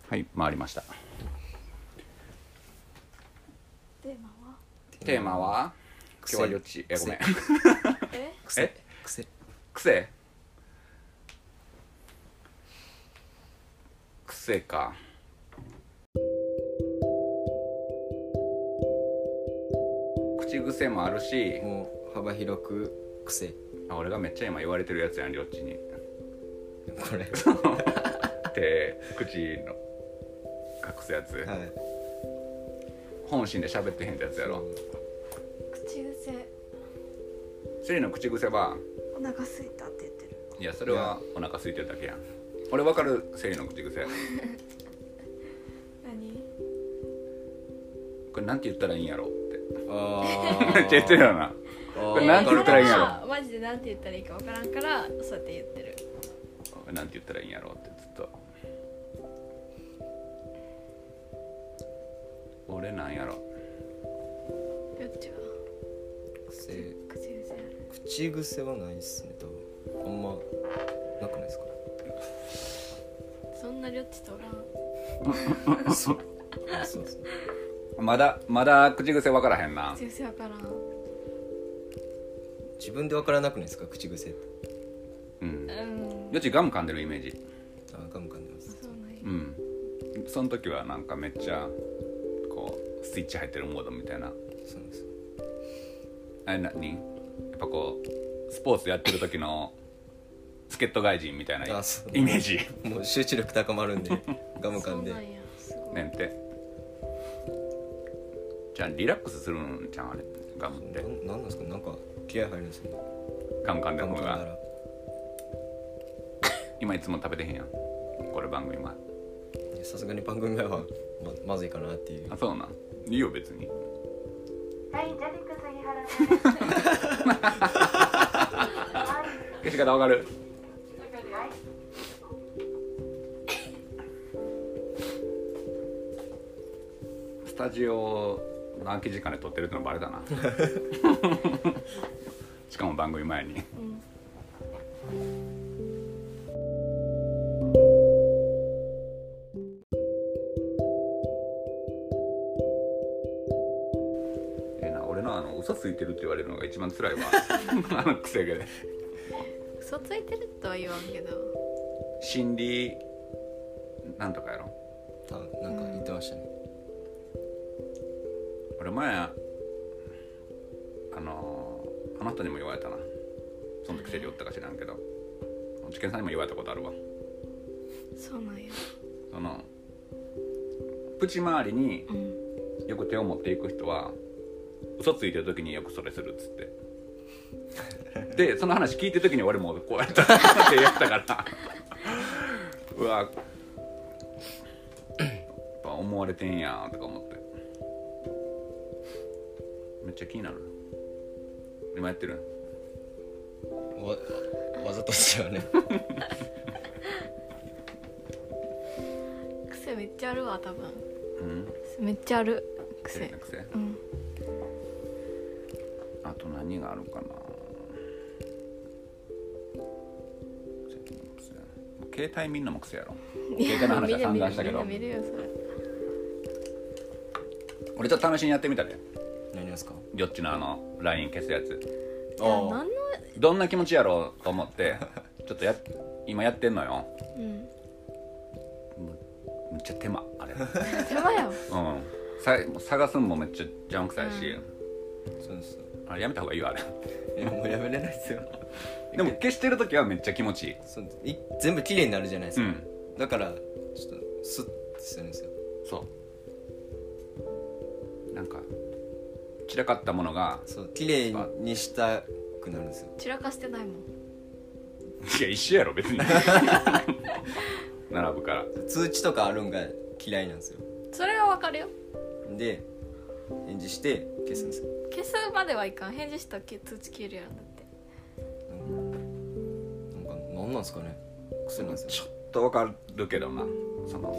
はい、回りました。 テーマは今日はよっちごめん癖癖か。口癖もあるし、 もう幅広く癖。 俺がめっちゃ今言われてるやつやん、りょっちに。 これ手口の隠すやつ、 はい、 本心で喋ってへんってやつやろ。 口癖。 セリの口癖はお腹空いたって言ってる。 いや、それはお腹空いてるだけやん。俺分かる、セリの口癖。 何？ これなんて言ったらいいんやろって。 あめっちゃ言ってるよな。これなんて言ったらいいんやろ。 マジでなんて言ったらいいかわからんからそうやって言ってる。 これなんて言ったらいいんやろってずっと。俺なんやろ。 よっちは癖。 口癖ある？ 口癖はないっすね、多分。あんまなくないですか？ そんなりょっちとおらん。 そうそう。 まだ口癖分からへんな。 口癖わからん。 自分で分からなくないですか、口癖って。 よちガム噛んでるイメージ。 ガム噛んでます。 そうなんや。 その時はなんかめっちゃこうスイッチ入ってるモードみたいな。 そうです。 あれ何？やっぱこうスポーツやってる時の助っ人外人みたいなイメージ。 もう集中力高まるんでガム噛んで。 そうなんや。すごい。 ねんて。じゃあリラックスするんじゃん、あれガムって。 なんですか、なんか気合入るんですよね。 ガム噛んでる方が。 ガム噛んだら今いつも食べてへんやん、これ番組前。 さすがに番組前は まずいかなっていう。 あ、そうなん。いいよ別に。 はい、ジャディック杉原です。 消し方わかる？ はい。 スタジオの空き時間で撮ってるってのバレたな。しかも番組前に。俺の嘘ついてるって言われるのが一番辛いわ。あの癖毛で。 嘘ついてるとは言わんけど。 心理なんとかやろ。 なんか言ってましたね。 俺前あの人にも言われたな。その時セリおったか知らんけど、知見さんにも言われたことあるわ。 そうなんや。 そのプチ周りによく手を持っていく人は嘘ついてる時によくそれするっつってで、その話聞いてる時に俺もこうやったってやったからうわやっぱ思われてんやとか思って、めっちゃ気になる。今やってるわざとしてはね。 癖めっちゃあるわ多分。 うん、 めっちゃある癖。 あと何があるかな。携帯見んのも癖やろ。携帯の話は散々したけど、 見るよそれ。 俺ちょっと試しにやってみたで。 何ですか？ よっちのLINE 消すやつ。 いや何のどんな気持ちやろうと思ってちょっと今やってんのよ。めっちゃ手間あれ。 手間や。 探すんもめっちゃ邪魔くさいし、 そうです。 あれやめた方がいいよあれ。 もうやめれないですよ。 でも消してる時はめっちゃ気持ちいい。 全部綺麗になるじゃないですか。 うん、 だからちょっとスッてするんですよ。 そうなんか散らかったものがそう綺麗にしたくなるんですよ。 散らかしてないもん。 いや一緒やろ別に。並ぶから。 通知とかあるんが嫌いなんですよ。 それはわかるよ。 で返事して消すんですよ。 消すまではいかん。返事したら通知消えるやんだって。 なんか何なんですかね。癖なんですよ。 ちょっとわかるけどな、その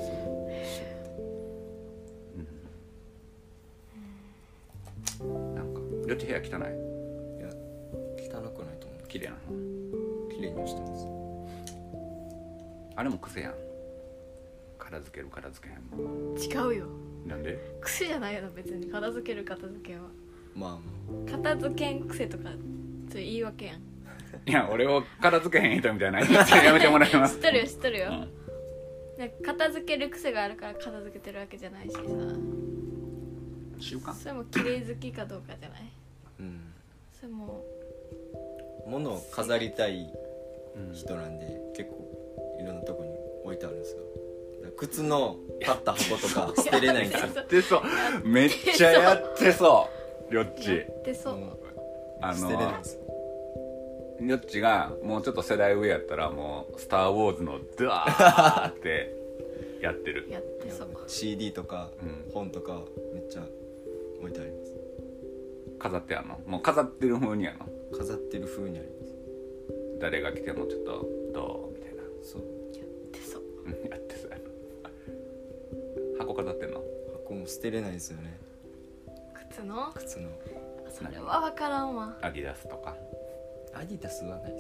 なんかどっち部屋汚い？ いや汚くないと思う。 綺麗なの。 綺麗にしてます。 あれも癖やん。 片付ける片付けへんの違うよ、 なんで癖じゃないの別に。片付ける片付けはまあ片付けん癖とかそういう言い訳やん。 いや俺を片付けへん人みたいな言ってやめてもらいます知っとるよ知っとるよ、 うんなんか片付ける癖があるから片付けてるわけじゃないしさ、 習慣それも綺麗好きかどうかじゃない。 うんそれも物を飾りたい人なんで、結構いろんなとこに置いてあるんですよ。だから靴の買った箱とか捨てれないんですよ。 やってそうめっちゃやってそうりょっちやってそう、 もうあ捨てれないんですよ。 りょっちがもうちょっと世代上やったらもうスター・ウォーズのドワーってやってるやってそう。 CD とかうん本とかめっちゃ置いてあります。 飾ってあんのもう飾ってる風にやんの飾ってる風にあります。 誰が来てもちょっとどうみたいなそう、 やってそう。 やってそうやな箱飾ってんの箱も捨てれないですよね。 靴の靴のそれは分からんわ。 アディダスとかアディダスはないです。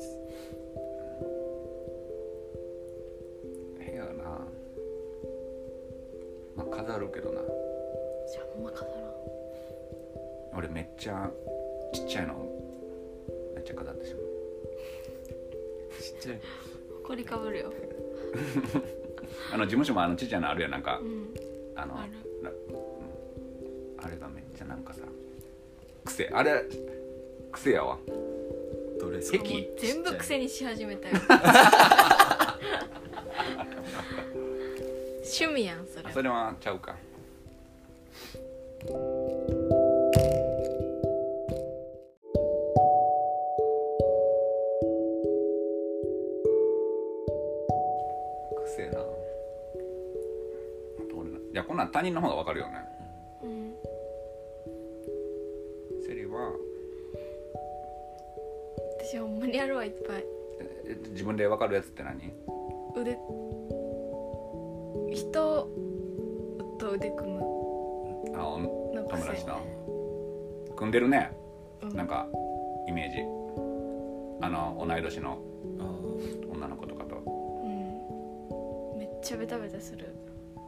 変やなまあ飾るけどなじゃあほんま飾らん。 俺めっちゃちっちゃいのめっちゃ飾ってしまうちっちゃい。 ほこりかぶるよ。 事務所もちっちゃいのあるやんなんか、 うんあのある。 あれがめっちゃなんかさ癖あれ癖やわどれですか？ 壁もう全部癖にし始めたよ。趣味やんそれ。 それはちゃうか癖な俺ないやこんなん他人の方が分かるよねうんセリは私ほんまにやるわいっぱい。 自分で分かるやつって何腕人と腕組むの友癖。 達と組んでるねうんなんかイメージ同い年のあー女の子とかとうんめっちゃベタベタする。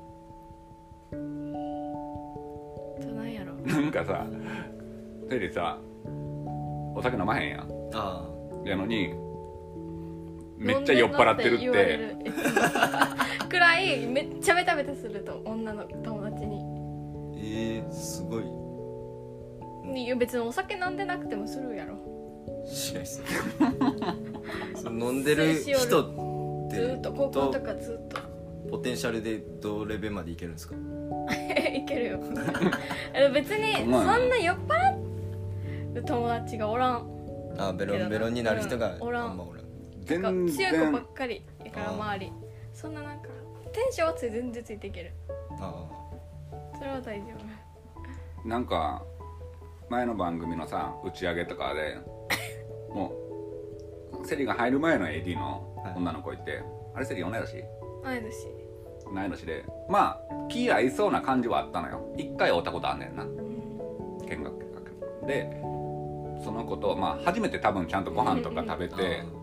となんやろ。 なんかさセリさお酒飲まへんやんあやのにめっちゃ酔っ払ってるっ飲んでんのて言われるくらいめっちゃベタベタすると女の友達に。 ー、すごい。 いや別にお酒飲んでなくてもするやろ。 しないっす。その飲んでる人ずってーっと高校とかずっとポテンシャルでどレベルまでいけるんですか？ いけるよ。別にそんな酔っ払う友達がおらん。 あ、ベロンベロンになる人がうんおらんあんまおらん。 全強い子ば然っかりだから周り。そんななんかテンションは全然ついていける。 あそれは大丈なんか前の番組のさ打ち上げとかでもうセリが入る前の AD の女の子いて、あれセリ同い年夫。同い年。 同い年でまあ気合いそうな感じはあったのよ。一回会ったことあんねんなうん見学でその子とまあ初めて多分ちゃんとご飯とか食べあ。 て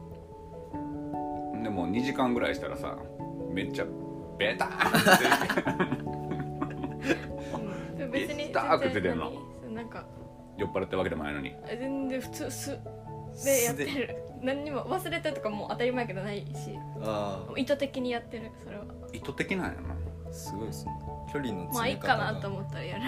でも2時間ぐらいしたらさめっちゃベターンってうん別にビターく出てんのなんか酔っ払ってるわけでもないのに全然普通素でやってる。何にも忘れてるとかもう当たり前やけどないし、 あ意図的にやってる。それは意図的なんやなあ、すごいですね。距離のまあいい詰め方が。 かなと思ったらやる。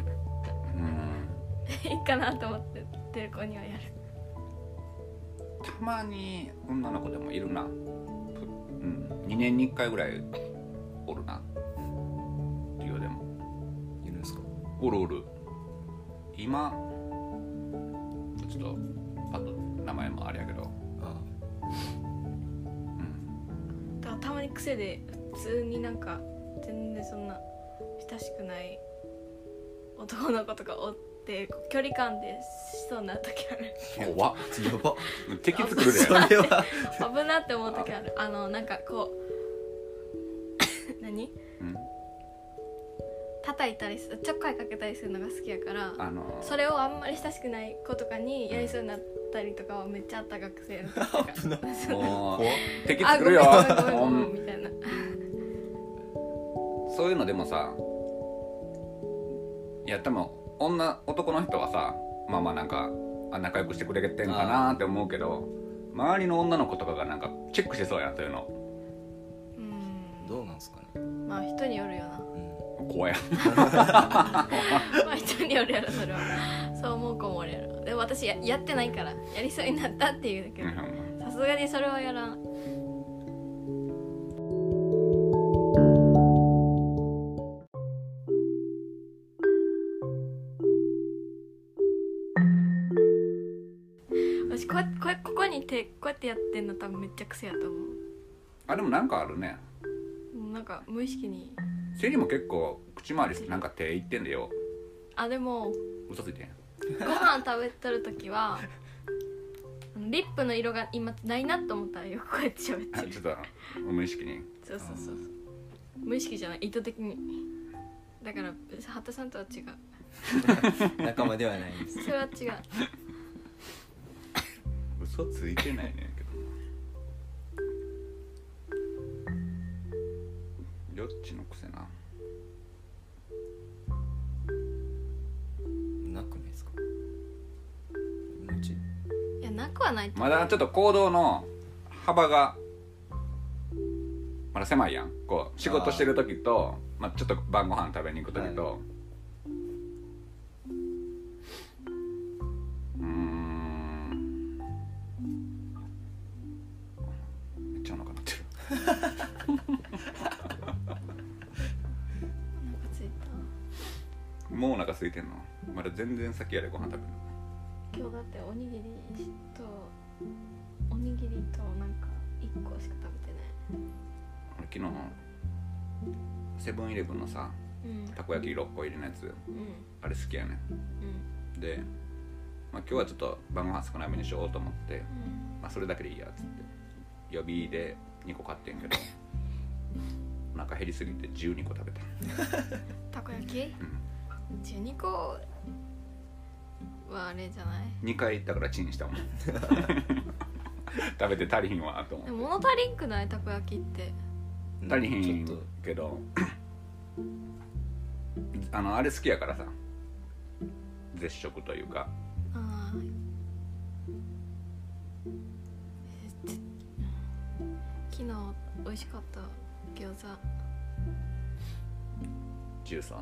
うんいいかなと思ってってる子にはやる。 たまに女の子でもいるな、2年に1回ぐらいおるなリオでもいるんですか？ おるおる今ちょっとパッと名前もあれやけどあだからたまに癖で普通になんか全然そんな親しくない男の子とかおって距離感でしそうな時ある。 怖っあ、やば。 敵作るでそれは危なって思う時ある。なんかこう何うん叩いたりするちょっかいかけたりするのが好きやからそれれをあんまり親しくない子とかにやりそうになったりとかはめっちゃあった学生の時とかもう怖っ敵あごめん作るよごめんごめんごめんみたいなそういうのでもさ、いや多分男の人はさ、まあまあなんか仲良くしてくれてんかなって思うけど、周りの女の子とかがなんかチェックしてそうやん、そういうの。 どうなんすかね。 まあ人によるよな。 怖いやまあ人によるやろそれは。そう思う子もおるやろ。でも私 やってないからやりそうになったっていうだけで、さすがにそれはやらん。私ここに手こうやってやってんの多分めっちゃ癖やと思う。 あ、でもなんかあるね。 なんか無意識に。 セリも結構口周りなんか手いってんだよ。 あ、でも嘘ついてん。 ご飯食べとるときはリップの色が今ないなと思ったらよくこうやって喋ってる。 ちょっと無意識に。 そう無意識じゃない、意図的に。だから八田さんとは違う。 仲間ではないです。 それは違う。 嘘ついてないねんけど。どっちの癖な。 なくないですか。もち。 いやなくはないとまだちょっと行動の幅がまだ狭いやん。こう仕事してる時と、まあ、ちょっと晩ご飯食べに行く時と、はい、めっちゃお腹鳴ってる。もうお腹空いてんの？まだ全然先やでご飯食べる。 今日だっておにぎりとなんか1個しか食べてない。 昨日セブンイレブンのさ、たこ焼き6個入りのやつ、あれ好きやね、で、まあ、今日はちょっと晩ご飯少なめにしようと思って、まあ、それだけでいいやっつって予備で2個買ってんけどお腹減りすぎて12個食べた。 たこ焼き、12個はあれじゃない？ 2 回行ったからチンしたもん。食べて足りひんわと思って。 物足りんくない？たこ焼きって足りひんけどあれ好きやからさ、絶食というか。 昨日美味しかった餃子。 重曹の。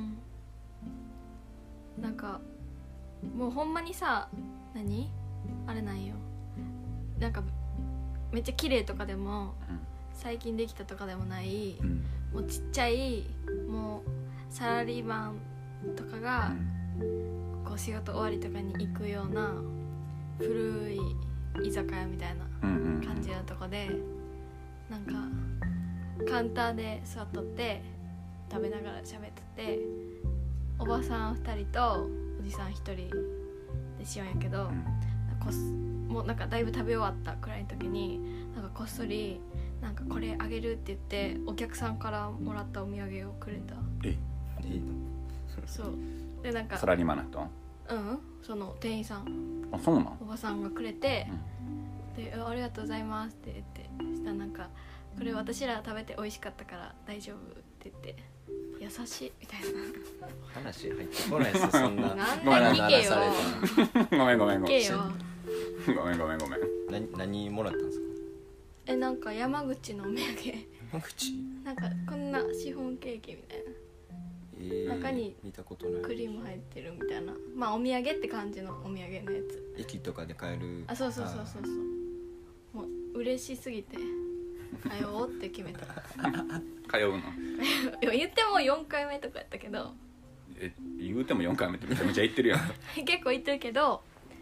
なんかもうほんまにさ、あれなんよ。なんかめっちゃ綺麗とかでも、最近できたとかでもない、もうちっちゃいもうサラリーマンとかが、こう仕事終わりとかに行くような古い居酒屋みたいな感じのとこで、なんかカウンターで座っとって食べながら喋ってて、おばさん2人とおじさん1人でしようんやけど、もうなんかだいぶ食べ終わったくらいの時になんかこっそりなんかこれあげるって言ってお客さんからもらったお土産をくれた。 いいの？ そうで、なんかサラリーマンの人？ その店員さん、 あ、そうなの？ おばさんがくれて、でありがとうございますって言って、したらなんかこれ私ら食べて美味しかったから大丈夫って言って、優しいみたいな。 話入ってこないですよ、そんな。 なんで聞けよ。 ごめん聞けよ。 ごめん。 何もらったんですか？ なんか山口のお土産。 山口？ なんかこんなシフォンケーキみたいな。中に見たことない。 クリーム入ってるみたいな。まあお土産って感じのお土産のやつ。 駅とかで買える。 あ、そう。もう嬉しすぎて通おうって決めた。 通うの？ 言っても4回目とかやったけど。 言うても4回目ってめちゃめちゃ言ってるやん。 結構言ってるけど、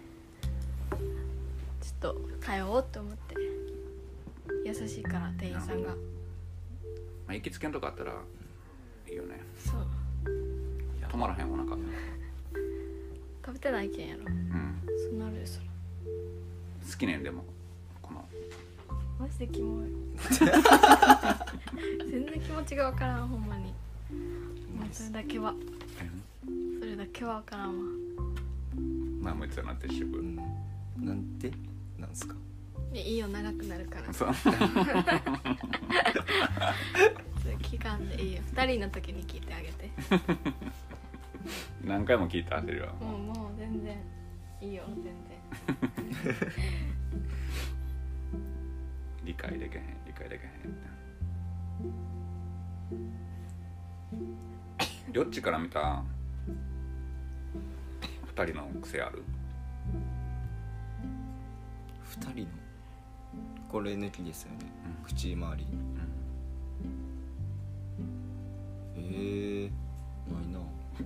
ちょっと通おうと思って。優しいから店員さんが。 行きつけんとかあったらいいよね。 そう。 止まらへんお腹。 食べてないけんやろ。そうなるよそら。 好きねんでもこの。 マジでキモい。全然気持ちがわからんほんまに。まあそれだけはわからんわ。 前も言ってたなってしぶ。 なんてなんすか？ いいよ長くなるから。 そう。 聞かんでいいよ。2人の時に聞いてあげて。 何回も聞いた焦るわ。 もう全然いいよ、全然。 理解できへんりょっちから見た2人の癖ある 2人のこれ抜きですよね、口周り、ないな。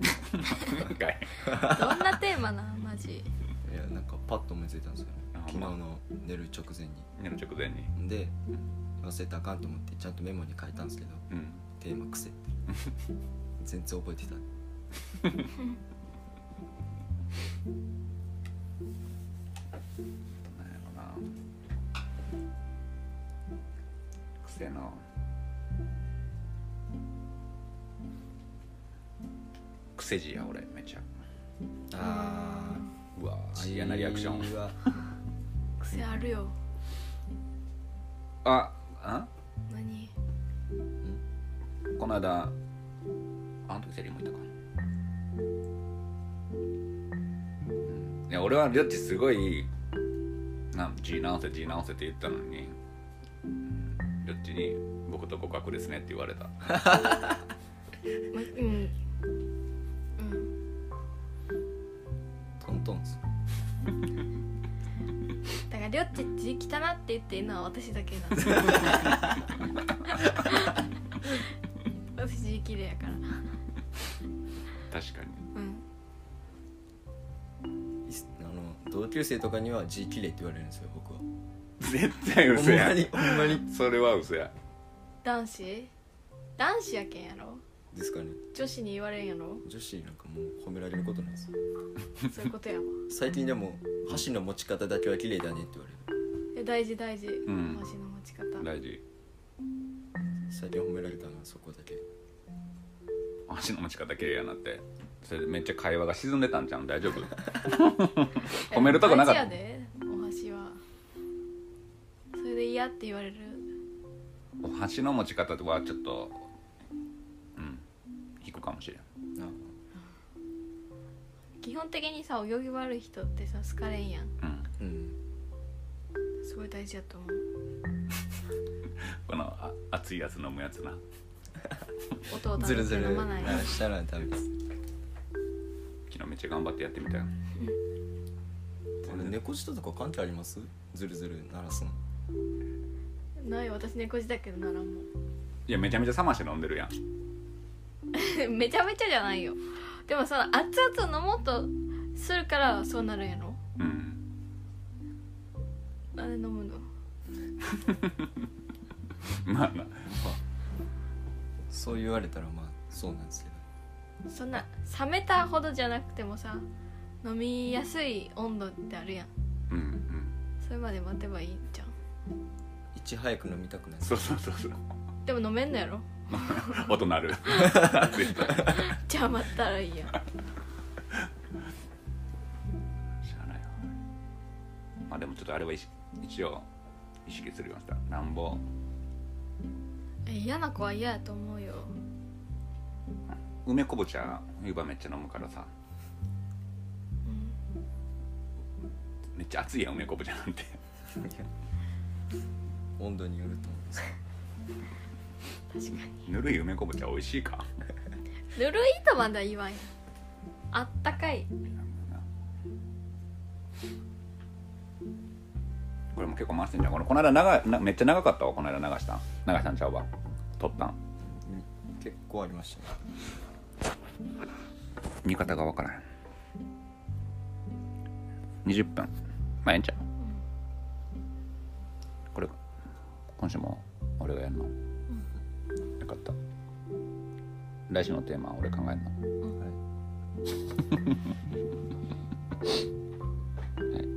どんなテーマなマジ。 いやなんかパッと思いついたんですよ、昨日の寝る直前にで忘れたらあかんと思ってちゃんとメモに書いたんですけど、テーマ癖って全然覚えてた。 なんやろな、癖の癖字や俺めちゃ。うわ嫌なリアクション。 癖あるよ。 何この間あの時セリもいたかな。いや俺はりょっちすごい字直せって言ったのに、りょっちに僕と互角ですねって言われた。 トントンす。 だからりょっち字汚って言っていいのは私だけなんです。私字綺麗やから。 確かに。 同級生とかには字綺麗って言われるんですよ僕は。 絶対嘘や。 ほんまにそれは嘘や。 男子やけんやろ。 ですかね。 女子に言われんやろ。 女子なんかもう褒められることなんですよ。 そういうことやわ。 最近でも箸の持ち方だけは綺麗だねって言われる。 大事、箸の持ち方大事。 最近褒められたのはそこだけ。 箸の持ち方綺麗やなって。それでめっちゃ会話が沈んでたんじゃん。大丈夫？褒めるとこなかった。 大事やでお箸は。それで嫌って言われる。 お箸の持ち方はちょっと引くかもしれん。 基本的にさ泳ぎ悪い人ってさ好かれんやん。すごい大事やと思う。 この熱いやつ飲むやつな。 音を食べて飲まない。 したらダメです。 昨日めっちゃ頑張ってやってみたよ。 猫舌とか関係あります？ズルズル鳴らすの。 ない、私猫舌だけどならんもん。 いやめちゃめちゃ冷まして飲んでるやん。 めちゃめちゃじゃないよ。でもその熱々飲もうとするからそうなるんやろ。なんで飲むの？ まあな。 そう言われたらまあそうなんですけど。 そんな冷めたほどじゃなくてもさ飲みやすい温度ってあるやん。それまで待てばいいんじゃん。 いち早く飲みたくない。 そう。 でも飲めんのやろ。 音鳴る。 じゃあ待ったらいいやん。 しゃあないよ。まあでもちょっとあれは一応意識するようにした。なんぼ嫌な子は嫌やと思うよ。 梅昆布茶湯葉めっちゃ飲むからさ、めっちゃ熱いやん梅昆布茶なんて。 温度によると思うんです確かに。 ぬるい梅昆布茶美味しいか。 ぬるいとまでは言わんやん。あったかい。 これも結構回してんじゃん。この間めっちゃ長かったわ。この間流したんちゃうわ。撮ったん結構ありましたね。 見方がわからへん。20分まあええんちゃう。これ今週も俺がやるの、よかった。来週のテーマは俺考えるの、はい